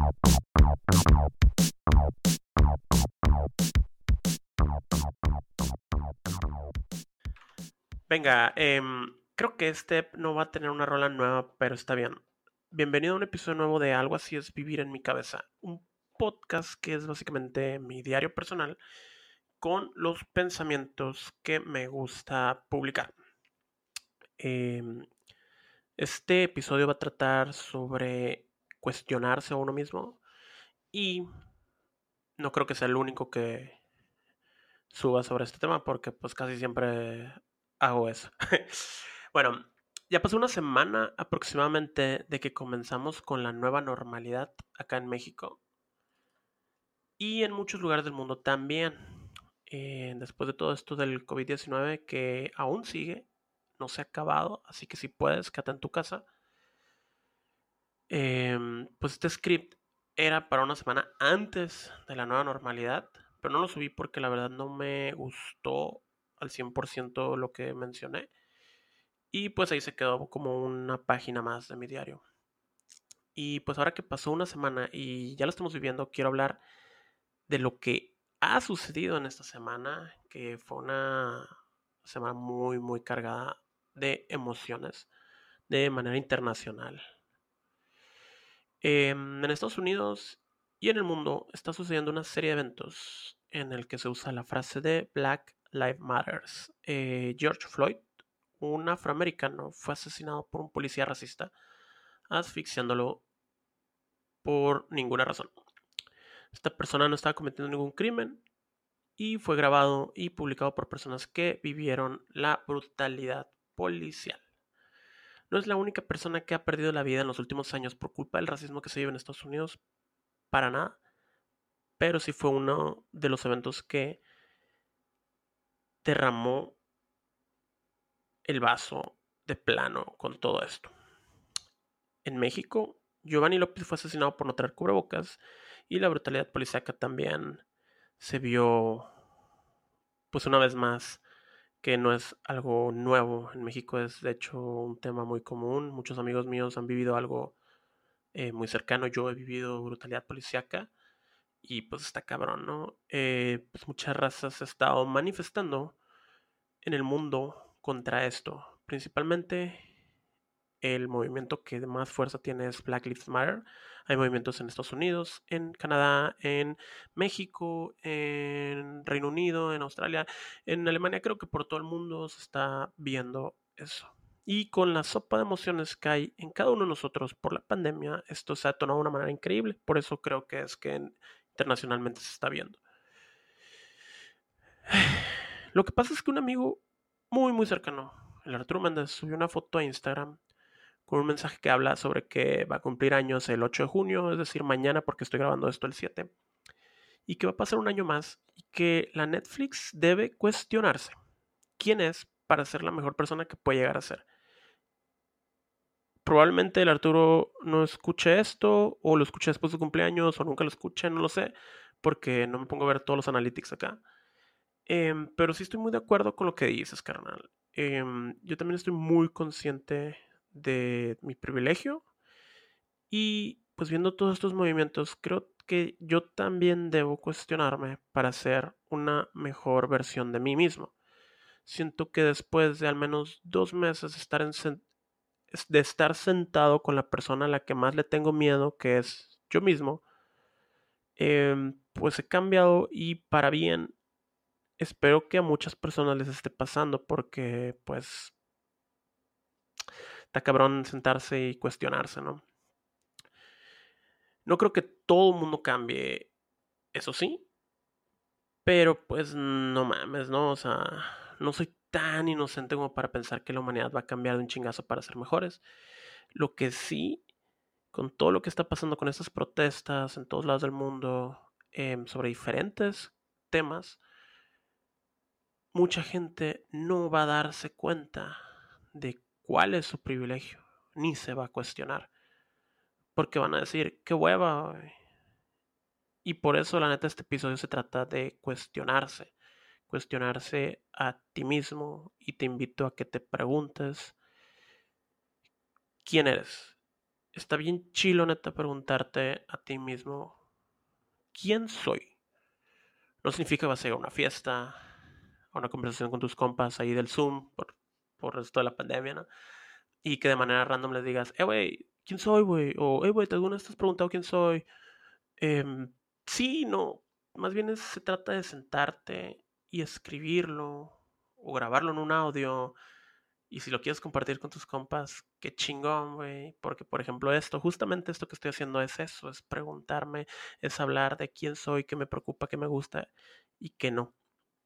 Venga, creo que este no va a tener una rola nueva, pero está bien. Bienvenido a un episodio nuevo de Algo así es vivir en mi cabeza, un podcast que es básicamente mi diario personal con los pensamientos que me gusta publicar. Em, Este episodio va a tratar sobre cuestionarse a uno mismo y no creo que sea el único que suba sobre este tema porque pues casi siempre hago eso. Bueno, ya pasó una semana aproximadamente de que comenzamos con la nueva normalidad acá en México y en muchos lugares del mundo también. Después de todo esto del COVID-19 que aún sigue, no se ha acabado, así que si puedes, quédate en tu casa. Pues este script era para una semana antes de la nueva normalidad, pero no lo subí porque la verdad no me gustó al 100% lo que mencioné. Y pues ahí se quedó como una página más de mi diario. Y pues ahora que pasó una semana y ya lo estamos viviendo, quiero hablar de lo que ha sucedido en esta semana, que fue una semana muy, muy cargada de emociones de manera internacional. En Estados Unidos y en el mundo está sucediendo una serie de eventos en el que se usa la frase de Black Lives Matter. George Floyd, un afroamericano, fue asesinado por un policía racista, asfixiándolo por ninguna razón. Esta persona no estaba cometiendo ningún crimen y fue grabado y publicado por personas que vivieron la brutalidad policial. No es la única persona que ha perdido la vida en los últimos años por culpa del racismo que se vive en Estados Unidos, para nada, pero sí fue uno de los eventos que derramó el vaso de plano con todo esto. En México, Giovanni López fue asesinado por no traer cubrebocas y la brutalidad policíaca también se vio, pues una vez más, que no es algo nuevo. En México es de hecho un tema muy común. Muchos amigos míos han vivido algo muy cercano. Yo he vivido brutalidad policíaca y pues está cabrón, ¿no? Pues muchas razas se han estado manifestando en el mundo contra esto. Principalmente el movimiento que más fuerza tiene es Black Lives Matter. Hay movimientos en Estados Unidos, en Canadá, en México, en Reino Unido, en Australia, en Alemania. Creo que por todo el mundo se está viendo eso. Y con la sopa de emociones que hay en cada uno de nosotros por la pandemia, esto se ha detonado de una manera increíble. Por eso creo que es que internacionalmente se está viendo. Lo que pasa es que un amigo muy, muy cercano, el Arturo Méndez, subió una foto a Instagram con un mensaje que habla sobre que va a cumplir años el 8 de junio, es decir, mañana, porque estoy grabando esto el 7, y que va a pasar un año más y que la Netflix debe cuestionarse quién es para ser la mejor persona que puede llegar a ser. Probablemente el Arturo no escuche esto, o lo escuche después de su cumpleaños, o nunca lo escuche, no lo sé, porque no me pongo a ver todos los analytics acá. Pero sí estoy muy de acuerdo con lo que dices, carnal. Yo también estoy muy consciente de mi privilegio y pues viendo todos estos movimientos, creo que yo también debo cuestionarme para ser una mejor versión de mí mismo. Siento que después de al menos 2 meses de estar sentado con la persona a la que más le tengo miedo, que es yo mismo, pues he cambiado y para bien. Espero que a muchas personas les esté pasando porque pues está cabrón sentarse y cuestionarse, ¿no? No creo que todo el mundo cambie, eso sí, pero pues no mames, ¿no? O sea, no soy tan inocente como para pensar que la humanidad va a cambiar de un chingazo para ser mejores. Lo que sí, con todo lo que está pasando con estas protestas en todos lados del mundo sobre diferentes temas, mucha gente no va a darse cuenta de cuál es su privilegio, ni se va a cuestionar, porque van a decir, qué hueva, güey. Y por eso, la neta, este episodio se trata de cuestionarse a ti mismo, y te invito a que te preguntes, ¿quién eres? está bien chilo, neta, preguntarte a ti mismo, ¿quién soy? No significa que vas a ir a una fiesta, a una conversación con tus compas ahí del Zoom por esto de la pandemia, ¿no? Y que de manera random les digas, güey, ¿quién soy, güey? O, güey, ¿alguna vez te has preguntado quién soy? Sí, no. Más bien se trata de sentarte y escribirlo o grabarlo en un audio. Y si lo quieres compartir con tus compas, qué chingón, güey. Porque, por ejemplo, justamente esto que estoy haciendo es eso, es preguntarme, es hablar de quién soy, qué me preocupa, qué me gusta y qué no.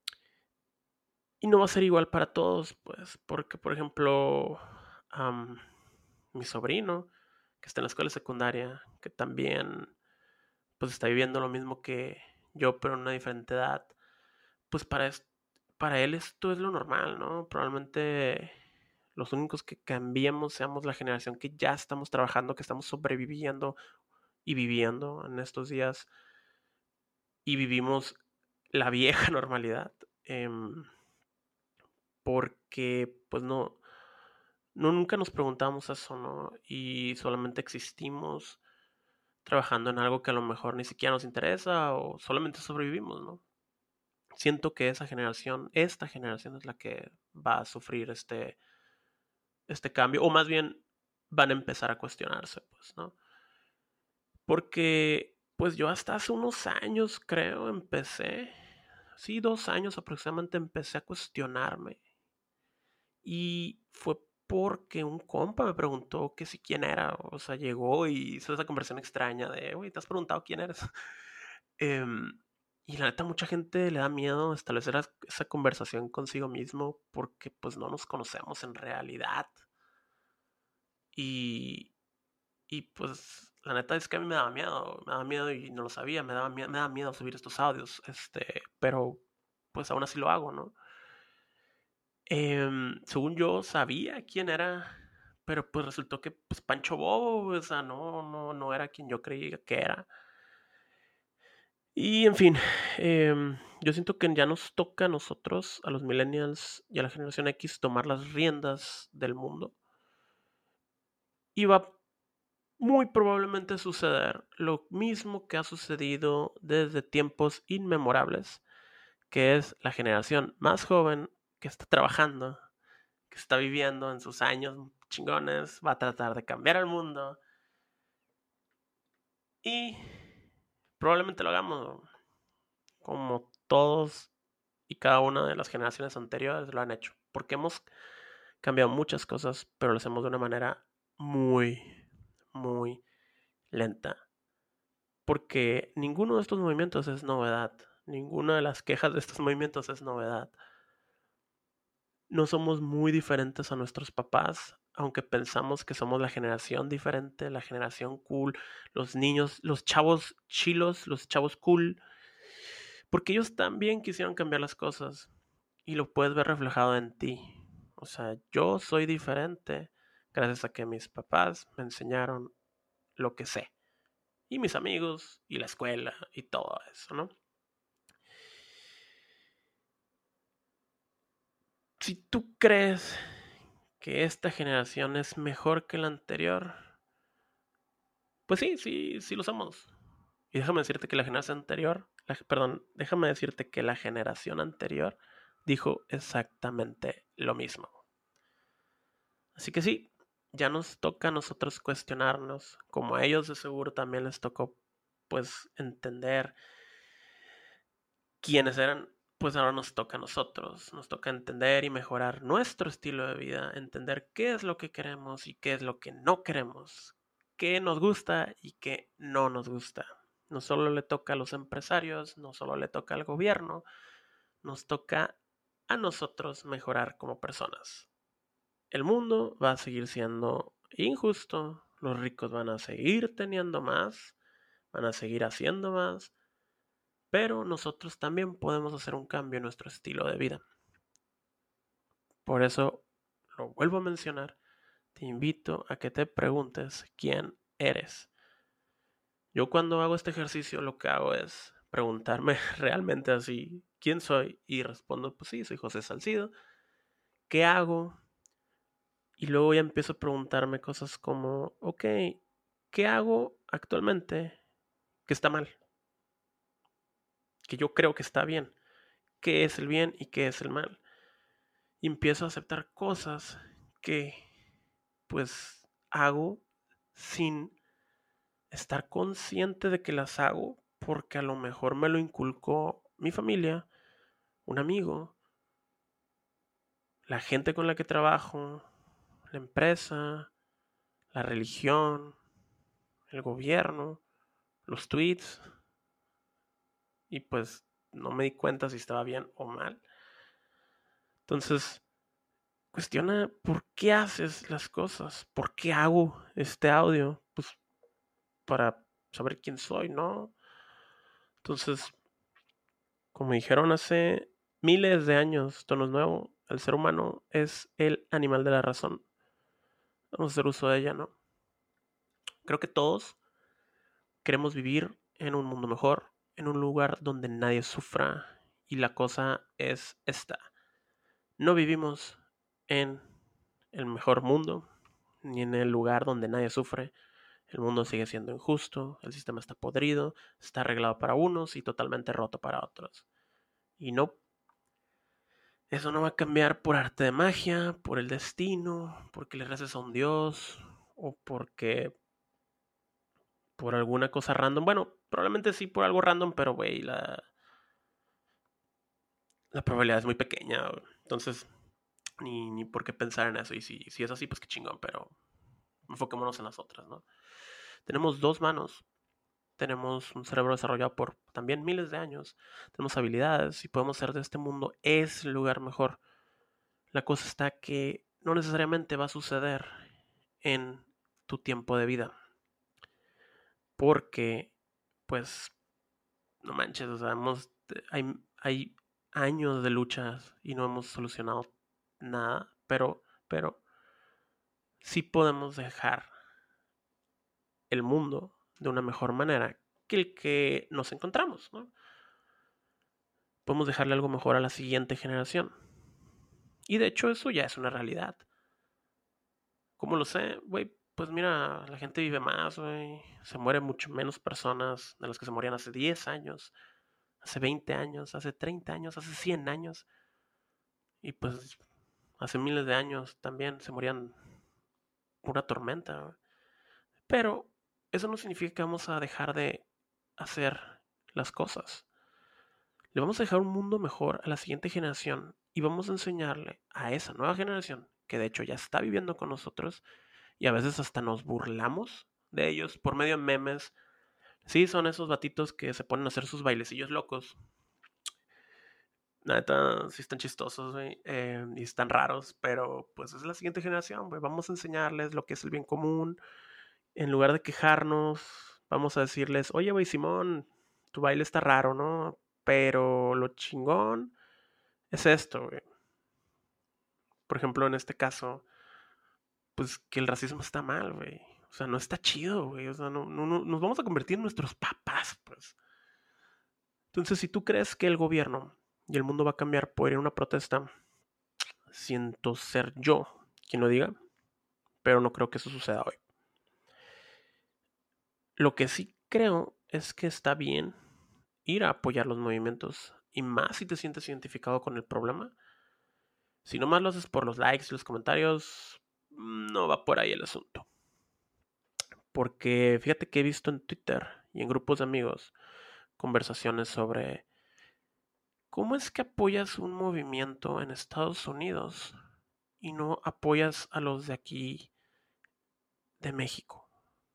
Y no va a ser igual para todos, pues, porque, por ejemplo, mi sobrino, que está en la escuela secundaria, que también, pues, está viviendo lo mismo que yo, pero en una diferente edad, pues, para él esto es lo normal, ¿no? Probablemente los únicos que cambiemos seamos la generación que ya estamos trabajando, que estamos sobreviviendo y viviendo en estos días y vivimos la vieja normalidad. Porque, pues nunca nos preguntamos eso, ¿no? Y solamente existimos trabajando en algo que a lo mejor ni siquiera nos interesa o solamente sobrevivimos, ¿no? Siento que esta generación es la que va a sufrir este cambio, o más bien van a empezar a cuestionarse, pues, ¿no? Porque, pues yo hasta hace unos años, creo, sí, 2 años aproximadamente, empecé a cuestionarme. Y fue porque un compa me preguntó que si quién era, o sea, llegó y hizo esa conversación extraña de, güey, ¿te has preguntado quién eres? Em, y la neta, mucha gente le da miedo establecer esa conversación consigo mismo porque pues no nos conocemos en realidad. Y, y pues la neta es que a mí me daba miedo y no lo sabía, me da miedo subir estos audios, pero pues aún así lo hago, ¿no? Según yo sabía quién era, pero pues resultó que pues Pancho Bobo, o sea, no era quien yo creía que era. Y en fin, yo siento que ya nos toca a nosotros, a los millennials y a la generación X, tomar las riendas del mundo. Y va muy probablemente a suceder lo mismo que ha sucedido desde tiempos inmemorables, que es la generación más joven que está trabajando, que está viviendo en sus años chingones, va a tratar de cambiar el mundo y probablemente lo hagamos como todos y cada una de las generaciones anteriores lo han hecho, porque hemos cambiado muchas cosas, pero lo hacemos de una manera muy, muy lenta, porque ninguno de estos movimientos es novedad, ninguna de las quejas de estos movimientos es novedad. No somos muy diferentes a nuestros papás, aunque pensamos que somos la generación diferente, la generación cool, los niños, los chavos chilos, los chavos cool, porque ellos también quisieron cambiar las cosas y lo puedes ver reflejado en ti. O sea, yo soy diferente gracias a que mis papás me enseñaron lo que sé. Y mis amigos, y la escuela, y todo eso, ¿no? Si tú crees que esta generación es mejor que la anterior, pues sí lo somos. Y déjame decirte que la generación anterior, perdón, déjame decirte que la generación anterior dijo exactamente lo mismo. Así que sí, ya nos toca a nosotros cuestionarnos, como a ellos de seguro también les tocó, pues, entender quiénes eran, pues ahora nos toca a nosotros, nos toca entender y mejorar nuestro estilo de vida, entender qué es lo que queremos y qué es lo que no queremos, qué nos gusta y qué no nos gusta. No solo le toca a los empresarios, no solo le toca al gobierno, nos toca a nosotros mejorar como personas. El mundo va a seguir siendo injusto, los ricos van a seguir teniendo más, van a seguir haciendo más, pero nosotros también podemos hacer un cambio en nuestro estilo de vida. Por eso, lo vuelvo a mencionar, te invito a que te preguntes quién eres. Yo cuando hago este ejercicio lo que hago es preguntarme realmente así, ¿quién soy? Y respondo, pues sí, soy José Salcido. ¿Qué hago? Y luego ya empiezo a preguntarme cosas como, ok, ¿Qué hago actualmente que está mal? Que yo creo que está bien. ¿Qué es el bien y qué es el mal? Y empiezo a aceptar cosas que pues hago sin estar consciente de que las hago porque a lo mejor me lo inculcó mi familia, un amigo, la gente con la que trabajo, la empresa, la religión, el gobierno, los tweets, y pues no me di cuenta si estaba bien o mal. Entonces, cuestiona por qué haces las cosas, por qué hago este audio, pues para saber quién soy, ¿no? Entonces, como dijeron hace miles de años, esto no es nuevo, el ser humano es el animal de la razón. Vamos a hacer uso de ella, ¿no? Creo que todos queremos vivir en un mundo mejor, en un lugar donde nadie sufra. Y la cosa es esta. No vivimos en el mejor mundo, ni en el lugar donde nadie sufre. El mundo sigue siendo injusto, el sistema está podrido, está arreglado para unos y totalmente roto para otros. Y no, eso no va a cambiar por arte de magia, por el destino, porque le reces a un dios o porque por alguna cosa random. Bueno, probablemente sí por algo random, pero güey, la probabilidad es muy pequeña. Güey. Entonces, ni por qué pensar en eso. Y si es así, pues qué chingón, pero enfoquémonos en las otras, ¿no? Tenemos dos manos, tenemos un cerebro desarrollado por también miles de años, tenemos habilidades y podemos hacer de este mundo ese lugar mejor. La cosa está que no necesariamente va a suceder en tu tiempo de vida, porque, pues, no manches, o sea, hay años de luchas y no hemos solucionado nada, pero sí podemos dejar el mundo de una mejor manera que el que nos encontramos, ¿no? Podemos dejarle algo mejor a la siguiente generación. Y de hecho eso ya es una realidad. ¿Cómo lo sé? Güey, pues mira, la gente vive más, güey. Se mueren mucho menos personas de las que se morían hace 10 años, hace 20 años, hace 30 años, hace 100 años. Y pues hace miles de años también se morían una tormenta, güey. Pero eso no significa que vamos a dejar de hacer las cosas. Le vamos a dejar un mundo mejor a la siguiente generación y vamos a enseñarle a esa nueva generación, que de hecho ya está viviendo con nosotros, y a veces hasta nos burlamos de ellos por medio de memes. Sí, son esos batitos que se ponen a hacer sus bailecillos locos. La neta, sí están chistosos, güey, y están raros, pero pues es la siguiente generación, güey. Vamos a enseñarles lo que es el bien común. En lugar de quejarnos, vamos a decirles, oye, güey, Simón, tu baile está raro, ¿no? Pero lo chingón es esto, güey. Por ejemplo, en este caso, pues que el racismo está mal, güey. O sea, no está chido, güey. O sea, no, nos vamos a convertir en nuestros papás, pues. Entonces, si tú crees que el gobierno y el mundo va a cambiar por ir a una protesta, siento ser yo quien lo diga, pero no creo que eso suceda hoy. Lo que sí creo es que está bien ir a apoyar los movimientos, y más si te sientes identificado con el problema. Si nomás lo haces por los likes y los comentarios, no va por ahí el asunto. Porque fíjate que he visto en Twitter y en grupos de amigos conversaciones sobre cómo es que apoyas un movimiento en Estados Unidos y no apoyas a los de aquí de México.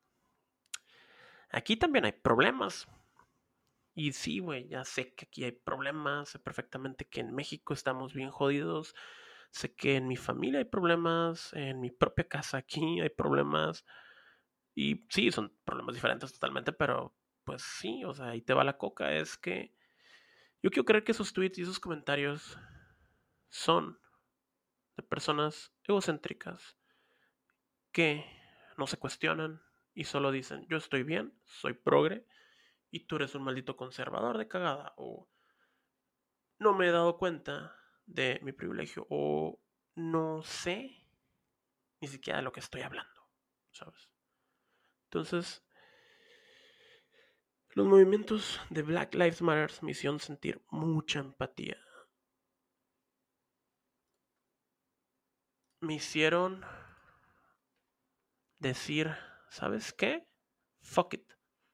Aquí también hay problemas. Y sí, güey, ya sé que aquí hay problemas, sé perfectamente que en México estamos bien jodidos, sé que en mi familia hay problemas, en mi propia casa aquí hay problemas, y sí, son problemas diferentes totalmente, pero pues sí, o sea, ahí te va la coca, es que yo quiero creer que esos tweets y esos comentarios son de personas egocéntricas que no se cuestionan y solo dicen, yo estoy bien, soy progre, y tú eres un maldito conservador de cagada, o no me he dado cuenta de mi privilegio, o no sé ni siquiera de lo que estoy hablando, ¿sabes? Entonces, los movimientos de Black Lives Matter me hicieron sentir mucha empatía. Me hicieron decir, ¿sabes qué? Fuck it.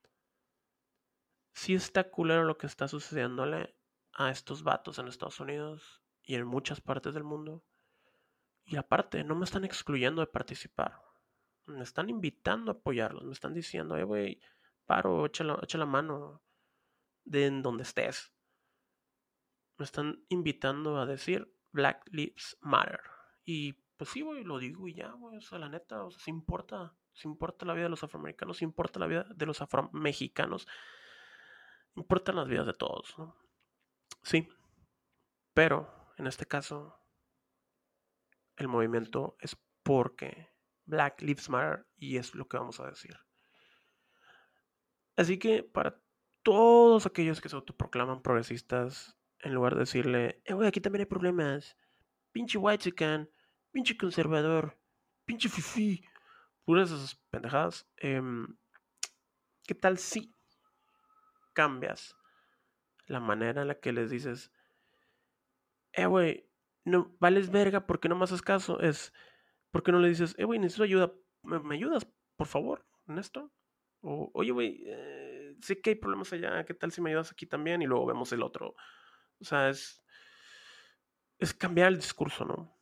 Sí está culero lo que está sucediéndole a estos vatos en Estados Unidos y en muchas partes del mundo. Y aparte, no me están excluyendo de participar. Me están invitando a apoyarlos. Me están diciendo, güey, paro, echa la mano de en donde estés. Me están invitando a decir Black Lives Matter. Y pues sí, güey, lo digo y ya, güey. O sea, la neta, o sea, sí importa. Sí importa la vida de los afroamericanos, sí importa la vida de los afromexicanos. Importan las vidas de todos, ¿no? Sí, pero en este caso, el movimiento es porque Black Lives Matter y es lo que vamos a decir. Así que para todos aquellos que se autoproclaman progresistas, en lugar de decirle, güey, aquí también hay problemas, pinche whitezican, pinche conservador, pinche fifi, puras esas pendejadas, ¿qué tal si cambias la manera en la que les dices, güey, no vales verga porque no me haces caso? Es, ¿por qué no le dices, güey, necesito ayuda? ¿Me ayudas, por favor, en esto? O, oye, güey, sé que hay problemas allá, ¿qué tal si me ayudas aquí también? Y luego vemos el otro. O sea, es cambiar el discurso, ¿no?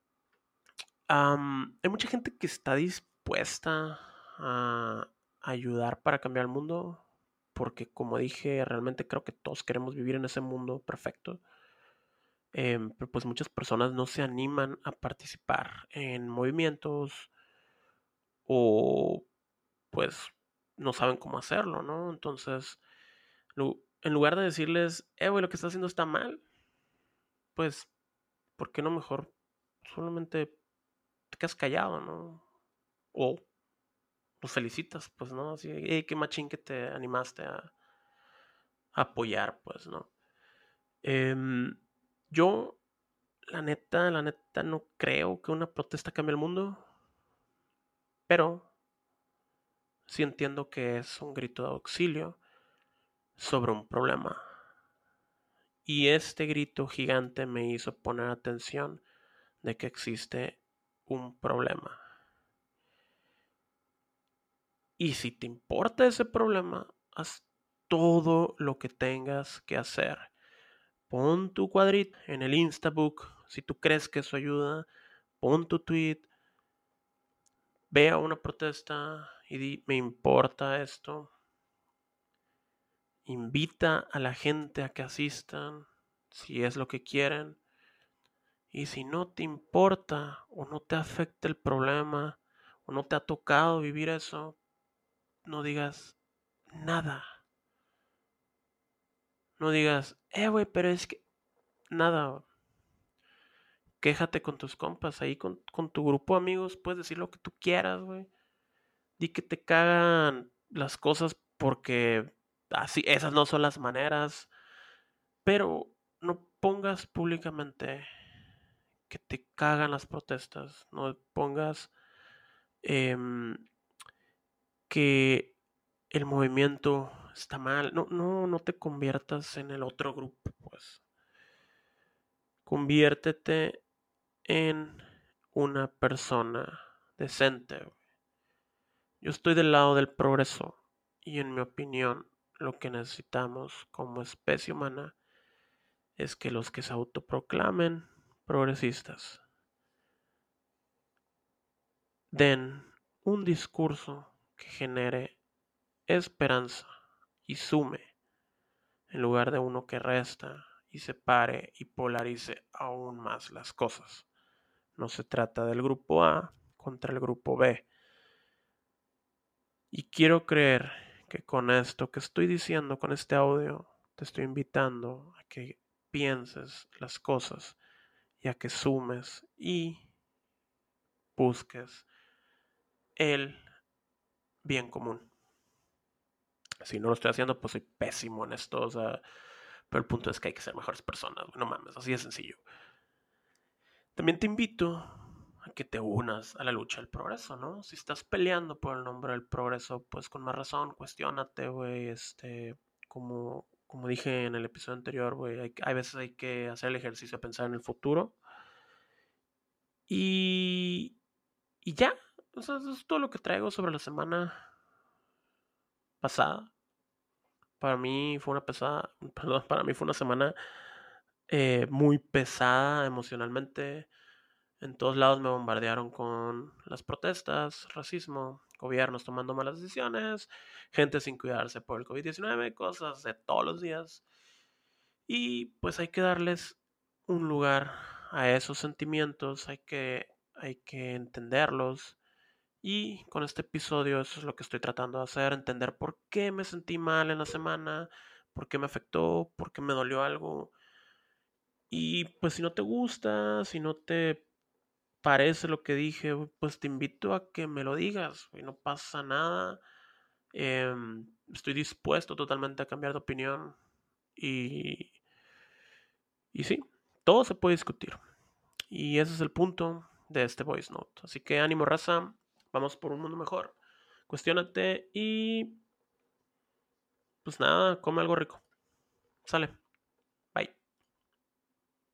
Hay mucha gente que está dispuesta a ayudar para cambiar el mundo, porque como dije, realmente creo que todos queremos vivir en ese mundo perfecto. Pero pues muchas personas no se animan a participar en movimientos o pues no saben cómo hacerlo, ¿no? Entonces, en lugar de decirles, güey, lo que estás haciendo está mal, pues, ¿por qué no mejor solamente te quedas callado, ¿no? O los felicitas, pues, ¿no? Así, hey, qué machín que te animaste a apoyar, pues, ¿no? Yo, la neta, no creo que una protesta cambie el mundo, pero sí entiendo que es un grito de auxilio sobre un problema. Y este grito gigante me hizo poner atención de que existe un problema. Y si te importa ese problema, haz todo lo que tengas que hacer. Pon tu cuadrito en el Instabook, si tú crees que eso ayuda, pon tu tweet, ve a una protesta y di, me importa esto. Invita a la gente a que asistan, si es lo que quieren. Y si no te importa o no te afecta el problema o no te ha tocado vivir eso, no digas nada. No digas, güey, pero es que nada. Quéjate con tus compas, ahí con tu grupo de amigos, puedes decir lo que tú quieras, güey. Di que te cagan las cosas porque así, esas no son las maneras. Pero no pongas públicamente que te cagan las protestas. No pongas que el movimiento está mal. No te conviertas en el otro grupo, pues. Conviértete en una persona decente. Yo estoy del lado del progreso y en mi opinión lo que necesitamos como especie humana es que los que se autoproclamen progresistas den un discurso que genere esperanza y sume en lugar de uno que resta y separe y polarice aún más las cosas. No se trata del grupo A contra el grupo B. Y quiero creer que con esto que estoy diciendo, con este audio, te estoy invitando a que pienses las cosas y a que sumes y busques el bien común. Si no lo estoy haciendo, pues soy pésimo en esto, o sea, pero el punto es que hay que ser mejores personas, no mames, así de sencillo. También te invito a que te unas a la lucha del progreso, ¿no? Si estás peleando por el nombre del progreso, pues con más razón, cuestiónate, güey, como dije en el episodio anterior, güey, hay veces hay que hacer el ejercicio de pensar en el futuro. Y, y ya, o sea, eso es todo lo que traigo sobre la semana pasada. Para mí fue una pesada, perdón, para mí fue una semana muy pesada emocionalmente. En todos lados me bombardearon con las protestas, racismo, gobiernos tomando malas decisiones, gente sin cuidarse por el COVID-19, cosas de todos los días. Y pues hay que darles un lugar a esos sentimientos, hay que entenderlos. Y con este episodio eso es lo que estoy tratando de hacer, entender por qué me sentí mal en la semana, por qué me afectó, por qué me dolió algo. Y pues si no te gusta, si no te parece lo que dije, pues te invito a que me lo digas, y no pasa nada. Estoy dispuesto totalmente a cambiar de opinión y, y sí, todo se puede discutir. Y ese es el punto de este voice note. Así que ánimo, raza, vamos por un mundo mejor. Cuestiónate y pues nada, come algo rico. Sale.